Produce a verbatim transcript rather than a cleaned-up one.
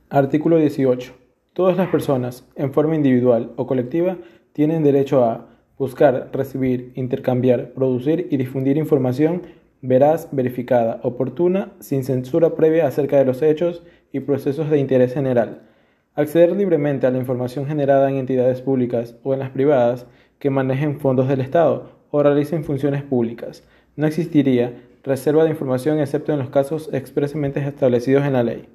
Artículo dieciocho. Todas las personas, en forma individual o colectiva, tienen derecho a buscar, recibir, intercambiar, producir y difundir información veraz, verificada, oportuna, sin censura previa acerca de los hechos y procesos de interés general. Acceder libremente a la información generada en entidades públicas o en las privadas que manejen fondos del Estado o realicen funciones públicas. No existiría reserva de información excepto en los casos expresamente establecidos en la ley.